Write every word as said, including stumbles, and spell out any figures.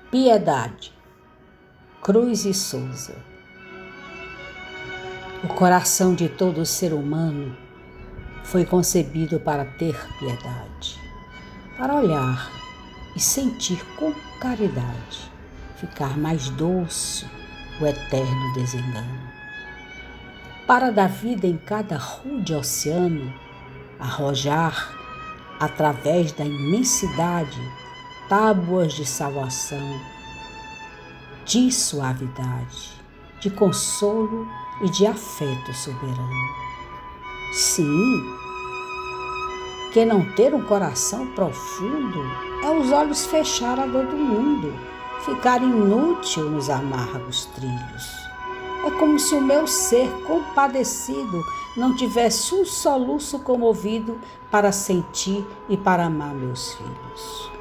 Piedade, Cruz e Souza. O coração de todo ser humano foi concebido para ter piedade, para olhar e sentir com caridade, ficar mais doce o eterno desengano. Para da vida em cada rude oceano arrojar, através da imensidade, tábuas de salvação, de suavidade, de consolo e de afeto soberano. Sim, que não ter um coração profundo é os olhos fechar a dor do mundo, ficar inútil nos amargos trilhos. É como se o meu ser compadecido não tivesse um soluço comovido para sentir e para amar meus filhos.